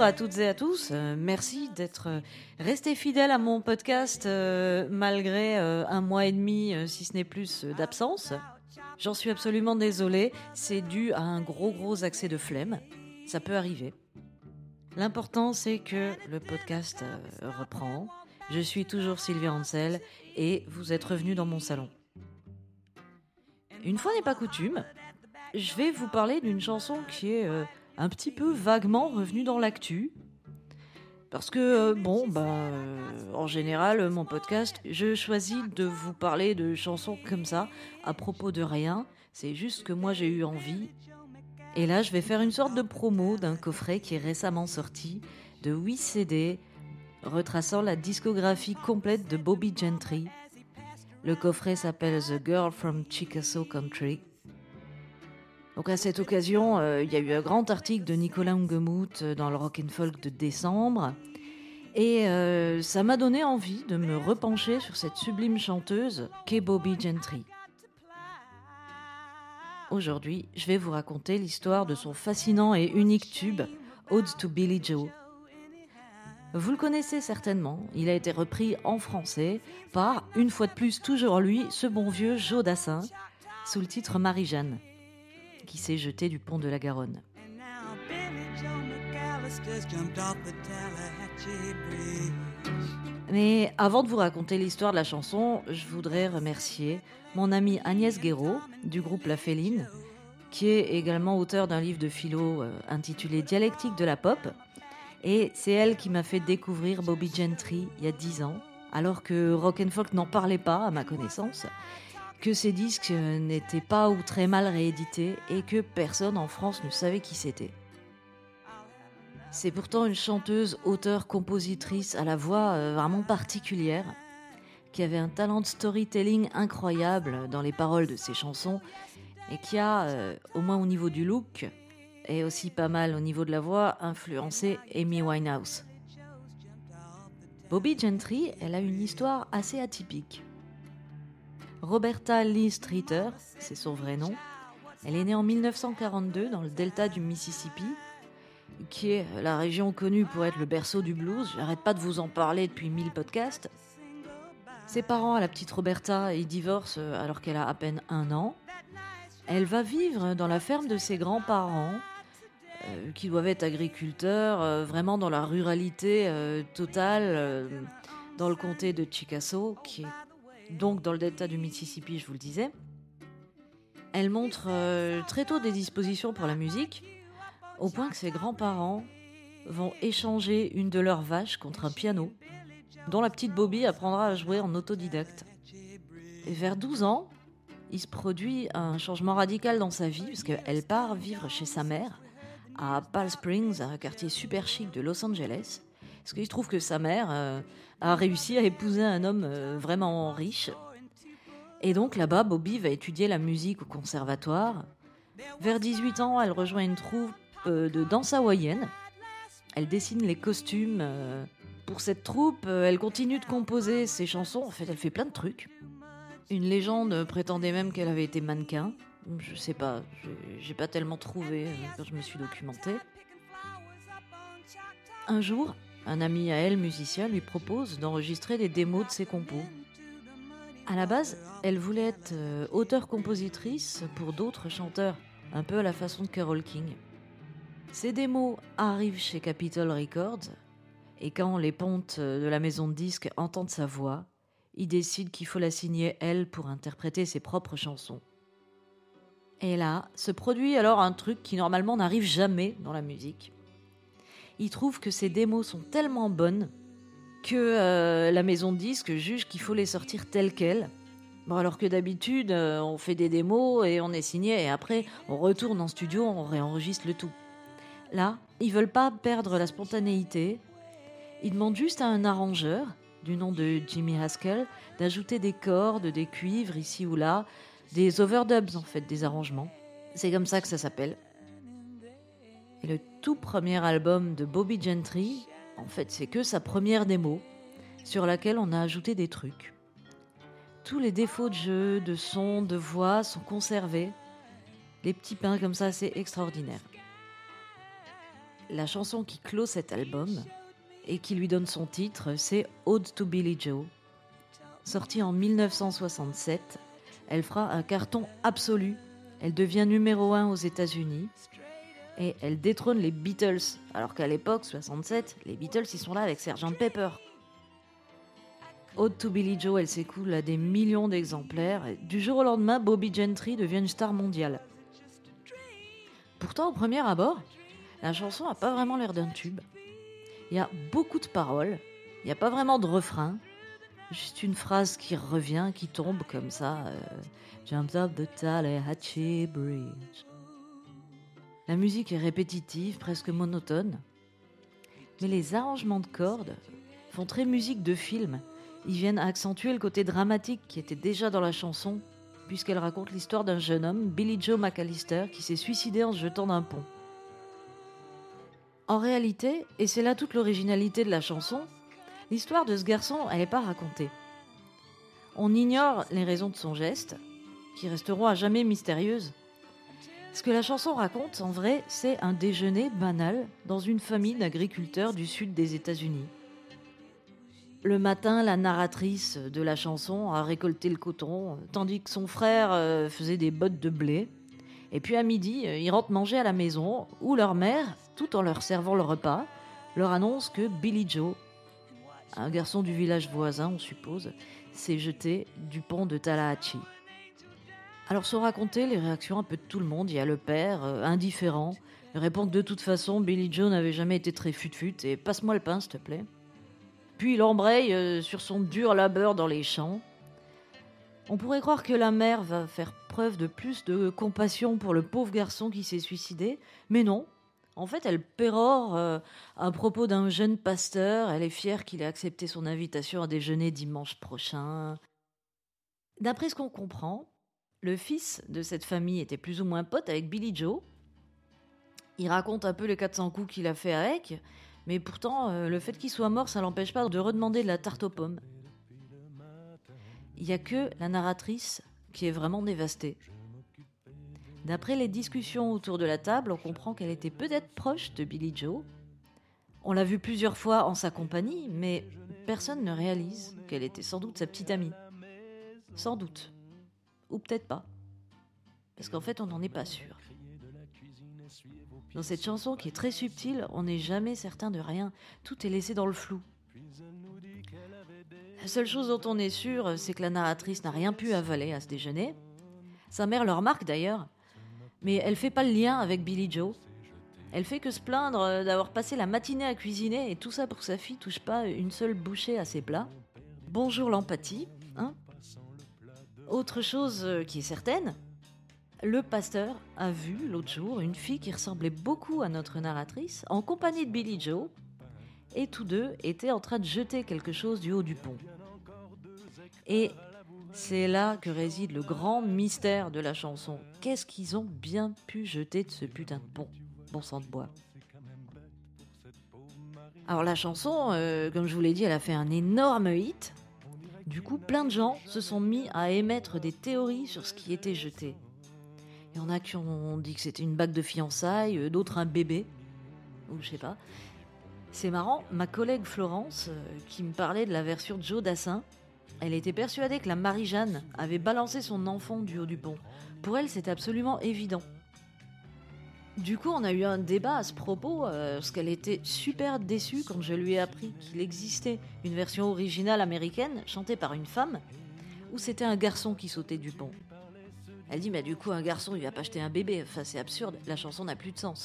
Bonjour à toutes et à tous. Merci d'être restés fidèles à mon podcast malgré 1 mois et demi, si ce n'est plus, d'absence. J'en suis absolument désolée. C'est dû à un gros accès de flemme. Ça peut arriver. L'important, c'est que le podcast reprend. Je suis toujours Sylvia Ansel et vous êtes revenus dans mon salon. Une fois n'est pas coutume, je vais vous parler d'une chanson qui est un petit peu vaguement revenue dans l'actu. Parce que, en général, mon podcast, je choisis de vous parler de chansons comme ça, à propos de rien. C'est juste que moi, j'ai eu envie. Et là, je vais faire une sorte de promo d'un coffret qui est récemment sorti, de 8 CD, retraçant la discographie complète de Bobbie Gentry. Le coffret s'appelle The Girl from Chickasaw Country. Donc à cette occasion, il y a eu un grand article de Nicolas Ungemuth dans le Rock & Folk de décembre. Et ça m'a donné envie de me repencher sur cette sublime chanteuse qu'est Bobbie Gentry. Aujourd'hui, je vais vous raconter l'histoire de son fascinant et unique tube, Ode to Billie Joe. Vous le connaissez certainement, il a été repris en français par, une fois de plus, toujours lui, ce bon vieux Joe Dassin, sous le titre Marie-Jeanne, qui s'est jeté du pont de la Garonne. Mais avant de vous raconter l'histoire de la chanson, je voudrais remercier mon amie Agnès Guéraud, du groupe La Féline, qui est également auteur d'un livre de philo intitulé Dialectique de la pop. Et c'est elle qui m'a fait découvrir Bobbie Gentry il y a 10 ans, alors que Rock & Folk n'en parlait pas, à ma connaissance, que ses disques n'étaient pas ou très mal réédités et que personne en France ne savait qui c'était. C'est pourtant une chanteuse, auteure, compositrice à la voix vraiment particulière, qui avait un talent de storytelling incroyable dans les paroles de ses chansons et qui a, au moins au niveau du look, et aussi pas mal au niveau de la voix, influencé Amy Winehouse. Bobbie Gentry, elle a une histoire assez atypique. Roberta Lee Streeter, c'est son vrai nom. Elle est née en 1942 dans le delta du Mississippi, qui est la région connue pour être le berceau du blues. J'arrête pas de vous en parler depuis 1000 podcasts. Ses parents, la petite Roberta, ils divorcent alors qu'elle a à peine 1 an. Elle va vivre dans la ferme de ses grands-parents, qui doivent être agriculteurs, vraiment dans la ruralité totale, dans le comté de Chickasaw, qui est donc dans le delta du Mississippi, je vous le disais. Elle montre très tôt des dispositions pour la musique, au point que ses grands-parents vont échanger une de leurs vaches contre un piano, dont la petite Bobbie apprendra à jouer en autodidacte. Et vers 12 ans, il se produit un changement radical dans sa vie, parce qu'elle part vivre chez sa mère, à Palm Springs, un quartier super chic de Los Angeles, parce qu'il se trouve que sa mère a réussi à épouser un homme vraiment riche. Et donc là-bas, Bobbie va étudier la musique au conservatoire. Vers 18 ans, elle rejoint une troupe de danse hawaïenne. Elle dessine les costumes pour cette troupe. Elle continue de composer ses chansons. En fait, elle fait plein de trucs. Une légende prétendait même qu'elle avait été mannequin. Je sais pas, j'ai pas tellement trouvé quand je me suis documentée. Un jour, un ami à elle, musicien, lui propose d'enregistrer des démos de ses compos. À la base, elle voulait être auteure-compositrice pour d'autres chanteurs, un peu à la façon de Carole King. Ces démos arrivent chez Capitol Records, et quand les pontes de la maison de disques entendent sa voix, ils décident qu'il faut la signer elle pour interpréter ses propres chansons. Et là, se produit alors un truc qui normalement n'arrive jamais dans la musique. Ils trouvent que ces démos sont tellement bonnes que la maison de disques juge qu'il faut les sortir telles quelles. Bon, alors que d'habitude, on fait des démos et on est signé, et après, on retourne en studio, on réenregistre le tout. Là, ils veulent pas perdre la spontanéité. Ils demandent juste à un arrangeur, du nom de Jimmy Haskell, d'ajouter des cordes, des cuivres ici ou là, des overdubs en fait, des arrangements. C'est comme ça que ça s'appelle. Et le tout premier album de Bobbie Gentry, en fait, c'est que sa première démo, sur laquelle on a ajouté des trucs. Tous les défauts de jeu, de son, de voix sont conservés. Les petits pains comme ça, c'est extraordinaire. La chanson qui clôt cet album et qui lui donne son titre, c'est Ode to Billie Joe. Sortie en 1967, elle fera un carton absolu. Elle devient numéro 1 aux États-Unis et elle détrône les Beatles. Alors qu'à l'époque, 67, les Beatles, ils sont là avec Sgt Pepper. Ode to Billie Joe, elle s'écoule à des millions d'exemplaires. Du jour au lendemain, Bobby Gentry devient une star mondiale. Pourtant, au premier abord, la chanson n'a pas vraiment l'air d'un tube. Il y a beaucoup de paroles, il n'y a pas vraiment de refrain. Juste une phrase qui revient, qui tombe comme ça. Jumped up the Tallahatchie Bridge. La musique est répétitive, presque monotone. Mais les arrangements de cordes font très musique de film. Ils viennent accentuer le côté dramatique qui était déjà dans la chanson, puisqu'elle raconte l'histoire d'un jeune homme, Billie Joe McAllister, qui s'est suicidé en se jetant d'un pont. En réalité, et c'est là toute l'originalité de la chanson, l'histoire de ce garçon, elle n'est pas racontée. On ignore les raisons de son geste, qui resteront à jamais mystérieuses. Ce que la chanson raconte, en vrai, c'est un déjeuner banal dans une famille d'agriculteurs du sud des États-Unis. Le matin, la narratrice de la chanson a récolté le coton, tandis que son frère faisait des bottes de blé. Et puis à midi, ils rentrent manger à la maison, où leur mère, tout en leur servant le repas, leur annonce que Billie Joe, un garçon du village voisin, on suppose, s'est jeté du pont de Tallahatchie. Alors sont racontées les réactions un peu de tout le monde. Il y a le père, indifférent, il répond que de toute façon, Billie Joe n'avait jamais été très fut-fut et passe-moi le pain, s'il te plaît. Puis il embraye sur son dur labeur dans les champs. On pourrait croire que la mère va faire preuve de plus de compassion pour le pauvre garçon qui s'est suicidé, mais non. En fait, elle pérore à propos d'un jeune pasteur. Elle est fière qu'il ait accepté son invitation à déjeuner dimanche prochain. D'après ce qu'on comprend, le fils de cette famille était plus ou moins pote avec Billie Joe. Il raconte un peu les 400 coups qu'il a fait avec, mais pourtant, le fait qu'il soit mort, ça l'empêche pas de redemander de la tarte aux pommes. Il n'y a que la narratrice qui est vraiment dévastée. D'après les discussions autour de la table, on comprend qu'elle était peut-être proche de Billie Joe. On l'a vue plusieurs fois en sa compagnie, mais personne ne réalise qu'elle était sans doute sa petite amie. Sans doute. Ou peut-être pas. Parce qu'en fait, on n'en est pas sûr. Dans cette chanson qui est très subtile, on n'est jamais certain de rien. Tout est laissé dans le flou. La seule chose dont on est sûr, c'est que la narratrice n'a rien pu avaler à ce déjeuner. Sa mère le remarque d'ailleurs, mais elle fait pas le lien avec Billie Joe. Elle fait que se plaindre d'avoir passé la matinée à cuisiner et tout ça pour que sa fille touche pas une seule bouchée à ses plats. Bonjour l'empathie, hein. Autre chose qui est certaine, le pasteur a vu l'autre jour une fille qui ressemblait beaucoup à notre narratrice en compagnie de Billie Joe, et tous deux étaient en train de jeter quelque chose du haut du pont. Et c'est là que réside le grand mystère de la chanson. Qu'est-ce qu'ils ont bien pu jeter de ce putain de pont, bon sang de bois. Alors la chanson, comme je vous l'ai dit, elle a fait un énorme hit. Du coup, plein de gens se sont mis à émettre des théories sur ce qui était jeté. Il y en a qui ont dit que c'était une bague de fiançailles, d'autres un bébé, ou je sais pas. C'est marrant, ma collègue Florence, qui me parlait de la version de Joe Dassin, elle était persuadée que la Marie-Jeanne avait balancé son enfant du haut du pont. Pour elle, c'était absolument évident. Du coup, on a eu un débat à ce propos, parce qu'elle était super déçue quand je lui ai appris qu'il existait une version originale américaine, chantée par une femme, où c'était un garçon qui sautait du pont. Elle dit, mais du coup, un garçon, il va pas acheter un bébé. Enfin, c'est absurde, la chanson n'a plus de sens.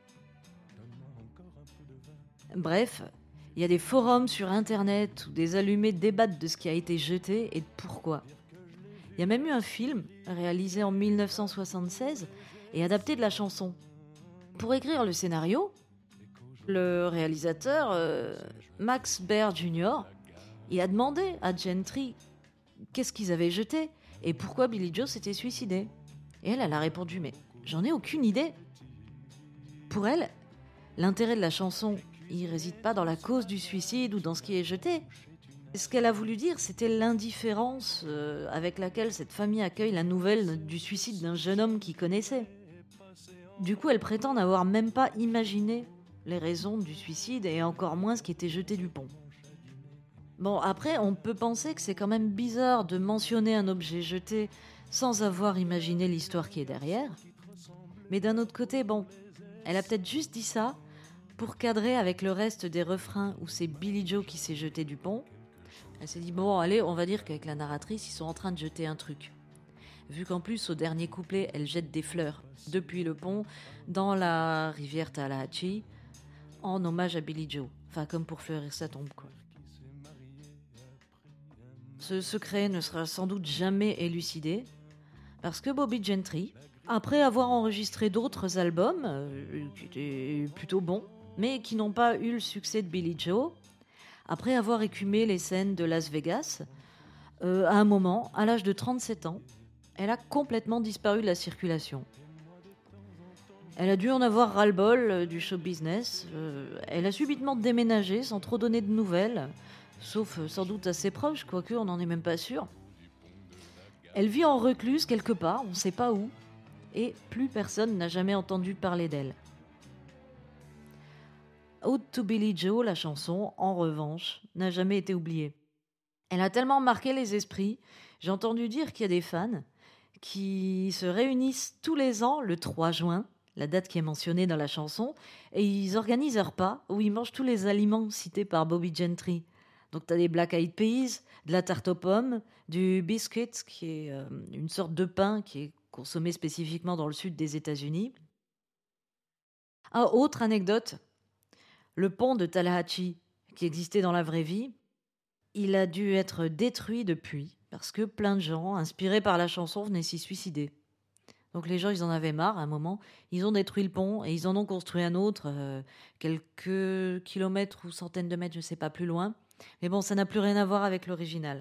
Bref, il y a des forums sur Internet où des allumés débattent de ce qui a été jeté et de pourquoi. Il y a même eu un film, réalisé en 1976, et adapté de la chanson. Pour écrire le scénario, le réalisateur, Max Baer Jr., il a demandé à Gentry qu'est-ce qu'ils avaient jeté et pourquoi Billie Joe s'était suicidée. Et elle a répondu, mais j'en ai aucune idée. Pour elle, l'intérêt de la chanson, il réside pas dans la cause du suicide ou dans ce qui est jeté. Ce qu'elle a voulu dire, c'était l'indifférence avec laquelle cette famille accueille la nouvelle du suicide d'un jeune homme qu'ils connaissait. Du coup, elle prétend n'avoir même pas imaginé les raisons du suicide et encore moins ce qui était jeté du pont. Bon, après, on peut penser que c'est quand même bizarre de mentionner un objet jeté sans avoir imaginé l'histoire qui est derrière. Mais d'un autre côté, bon, elle a peut-être juste dit ça pour cadrer avec le reste des refrains où c'est Billie Joe qui s'est jeté du pont. Elle s'est dit, bon, allez, on va dire qu'avec la narratrice, ils sont en train de jeter un truc. Vu qu'en plus, au dernier couplet, elle jette des fleurs depuis le pont dans la rivière Tallahatchie en hommage à Billie Joe. Enfin, comme pour fleurir sa tombe, quoi. Ce secret ne sera sans doute jamais élucidé parce que Bobbie Gentry, après avoir enregistré d'autres albums qui étaient plutôt bons, mais qui n'ont pas eu le succès de Billie Joe, après avoir écumé les scènes de Las Vegas, à un moment, à l'âge de 37 ans, elle a complètement disparu de la circulation. Elle a dû en avoir ras-le-bol du show business. Elle a subitement déménagé sans trop donner de nouvelles, sauf sans doute à ses proches, quoique on n'en est même pas sûr. Elle vit en recluse quelque part, on ne sait pas où, et plus personne n'a jamais entendu parler d'elle. Ode to Billie Joe, la chanson, en revanche, n'a jamais été oubliée. Elle a tellement marqué les esprits, j'ai entendu dire qu'il y a des fans qui se réunissent tous les ans le 3 juin, la date qui est mentionnée dans la chanson, et ils organisent un repas où ils mangent tous les aliments cités par Bobbie Gentry. Donc tu as des Black Eyed Peas, de la tarte aux pommes, du biscuit, qui est une sorte de pain qui est consommé spécifiquement dans le sud des États-Unis. Ah, autre anecdote, le pont de Tallahatchie, qui existait dans la vraie vie, il a dû être détruit depuis, parce que plein de gens, inspirés par la chanson, venaient s'y suicider. Donc les gens, ils en avaient marre à un moment, ils ont détruit le pont et ils en ont construit un autre, quelques kilomètres ou centaines de mètres, je ne sais pas, plus loin. Mais bon, ça n'a plus rien à voir avec l'original.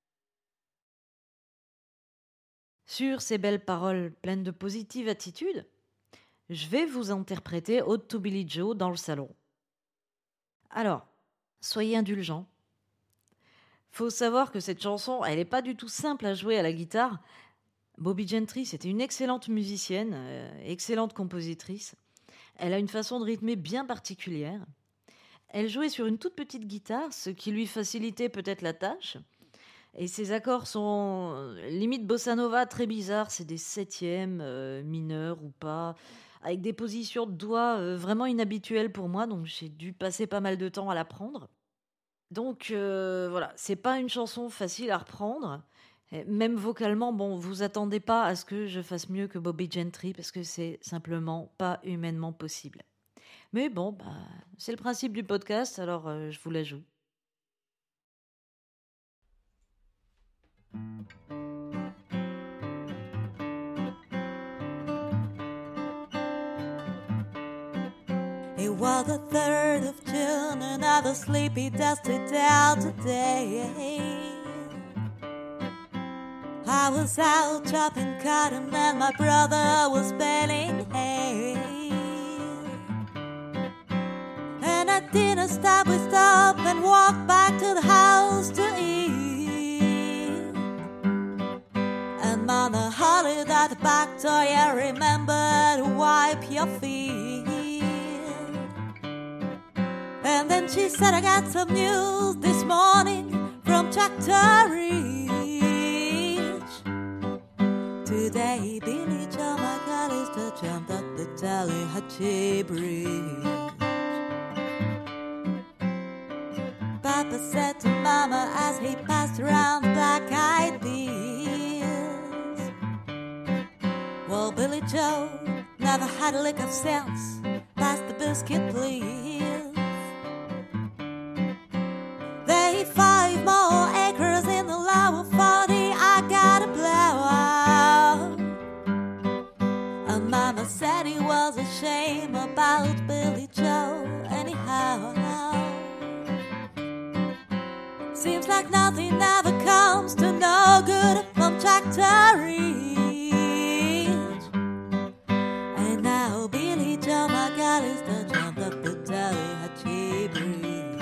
Sur ces belles paroles pleines de positive attitude, je vais vous interpréter Ode to Billie Joe dans le salon. Alors, soyez indulgents. Faut savoir que cette chanson, elle n'est pas du tout simple à jouer à la guitare. Bobbie Gentry, c'était une excellente musicienne, excellente compositrice. Elle a une façon de rythmer bien particulière. Elle jouait sur une toute petite guitare, ce qui lui facilitait peut-être la tâche. Et ses accords sont limite bossa nova, très bizarres. C'est des septièmes, mineurs ou pas, avec des positions de doigts vraiment inhabituelles pour moi. Donc j'ai dû passer pas mal de temps à l'apprendre. Donc voilà, c'est pas une chanson facile à reprendre. Même vocalement, bon, vous attendez pas à ce que je fasse mieux que Bobbie Gentry parce que c'est simplement pas humainement possible. Mais bon, c'est le principe du podcast, alors je vous la joue. It was the 3rd of June, another sleepy, dusty day today. I was out chopping cotton and my brother was baling hay. And at dinner stop, we stopped and walked back to the house to eat. And Mama hollered at the back door, yeah, remember to wipe your feet. And then she said, I got some news this morning from Tractor Ridge. Today, Billie Joe McAllister jumped up the Tallahatchie Bridge. Papa said to Mama as he passed around the black-eyed peas, well, Billie Joe never had a lick of sense. Pass the biscuit, please. They 5 more acres in the lower 40 I gotta blow. And Mama said he was a shame about Billie Joe anyhow. Seems like nothing ever comes to no good from Tractor Ridge. And now Billie Joe McAllister jumped up the Tallahatchie Bridge.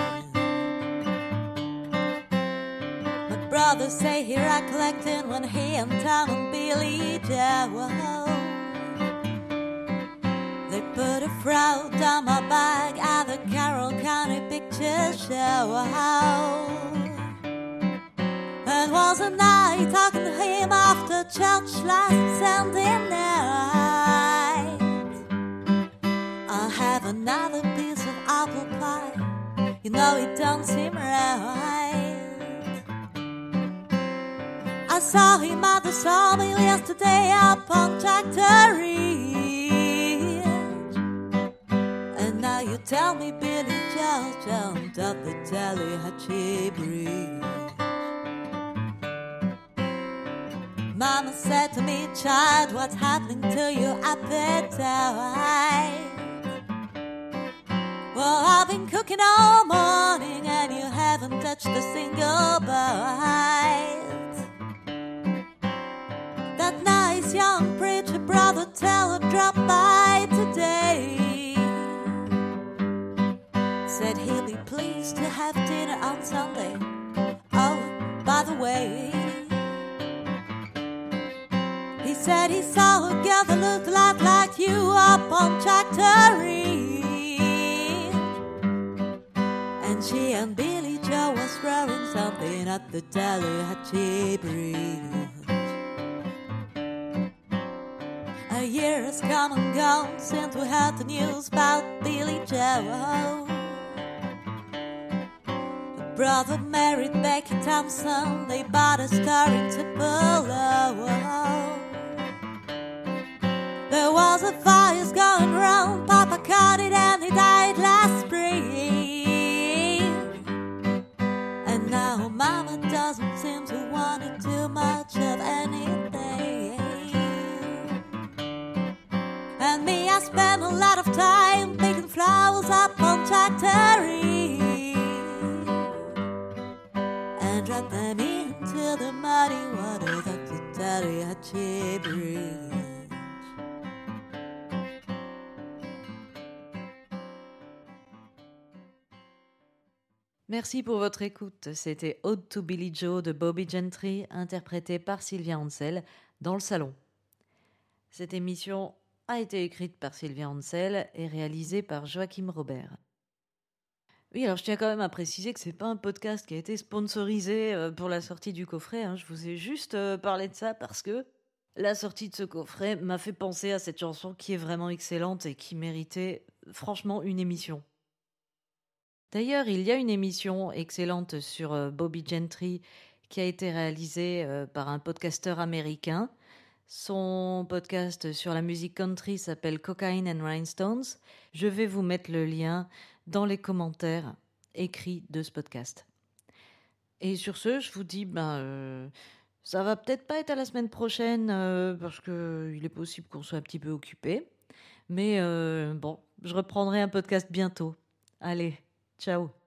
My brothers say he recollected when he and Tom and Billie Joe They put a frown down my back at the Carroll County Picture Show. It was a night talking to him after church last Sunday night. I'll have another piece of apple pie. You know it don't seem right. I saw him at the sawmill yesterday up on Tractor Ridge. And now you tell me Billy Joe jumped up the Tallahatchie Bridge. Mama said to me, child, what's happening to your appetite? Well, I've been cooking all morning and you haven't touched a single bite. That nice young preacher brother Teller dropped by today. Said he'll be pleased to have dinner on Sunday. Oh, by the way, he said he saw a girl that looked a lot like you up on Tractor Ridge. And she and Billy Joe was throwing something at the Tallahatchie Bridge. A year has come and gone since we heard the news about Billy Joe. Brother married Becky Thompson. They bought a star in Tupelo. There was a fire going round. Papa caught it and he died last spring. And now Mama doesn't seem to want it too much of anything. And me, I spend a lot of time picking flowers up on Tractor Ridge and drop them into the muddy waters of the Tallahatchie Bridge. Merci pour votre écoute. C'était Ode to Billy Joe de Bobbie Gentry, interprété par Sylvia Ansel dans le salon. Cette émission a été écrite par Sylvia Ansel et réalisée par Joachim Robert. Oui, alors je tiens quand même à préciser que c'est pas un podcast qui a été sponsorisé pour la sortie du coffret. Je vous ai juste parlé de ça parce que la sortie de ce coffret m'a fait penser à cette chanson qui est vraiment excellente et qui méritait franchement une émission. D'ailleurs, il y a une émission excellente sur Bobbie Gentry qui a été réalisée par un podcasteur américain. Son podcast sur la musique country s'appelle Cocaine and Rhinestones. Je vais vous mettre le lien dans les commentaires écrits de ce podcast. Et sur ce, je vous dis, ça va peut-être pas être à la semaine prochaine parce qu'il est possible qu'on soit un petit peu occupé. Mais je reprendrai un podcast bientôt. Allez, ciao.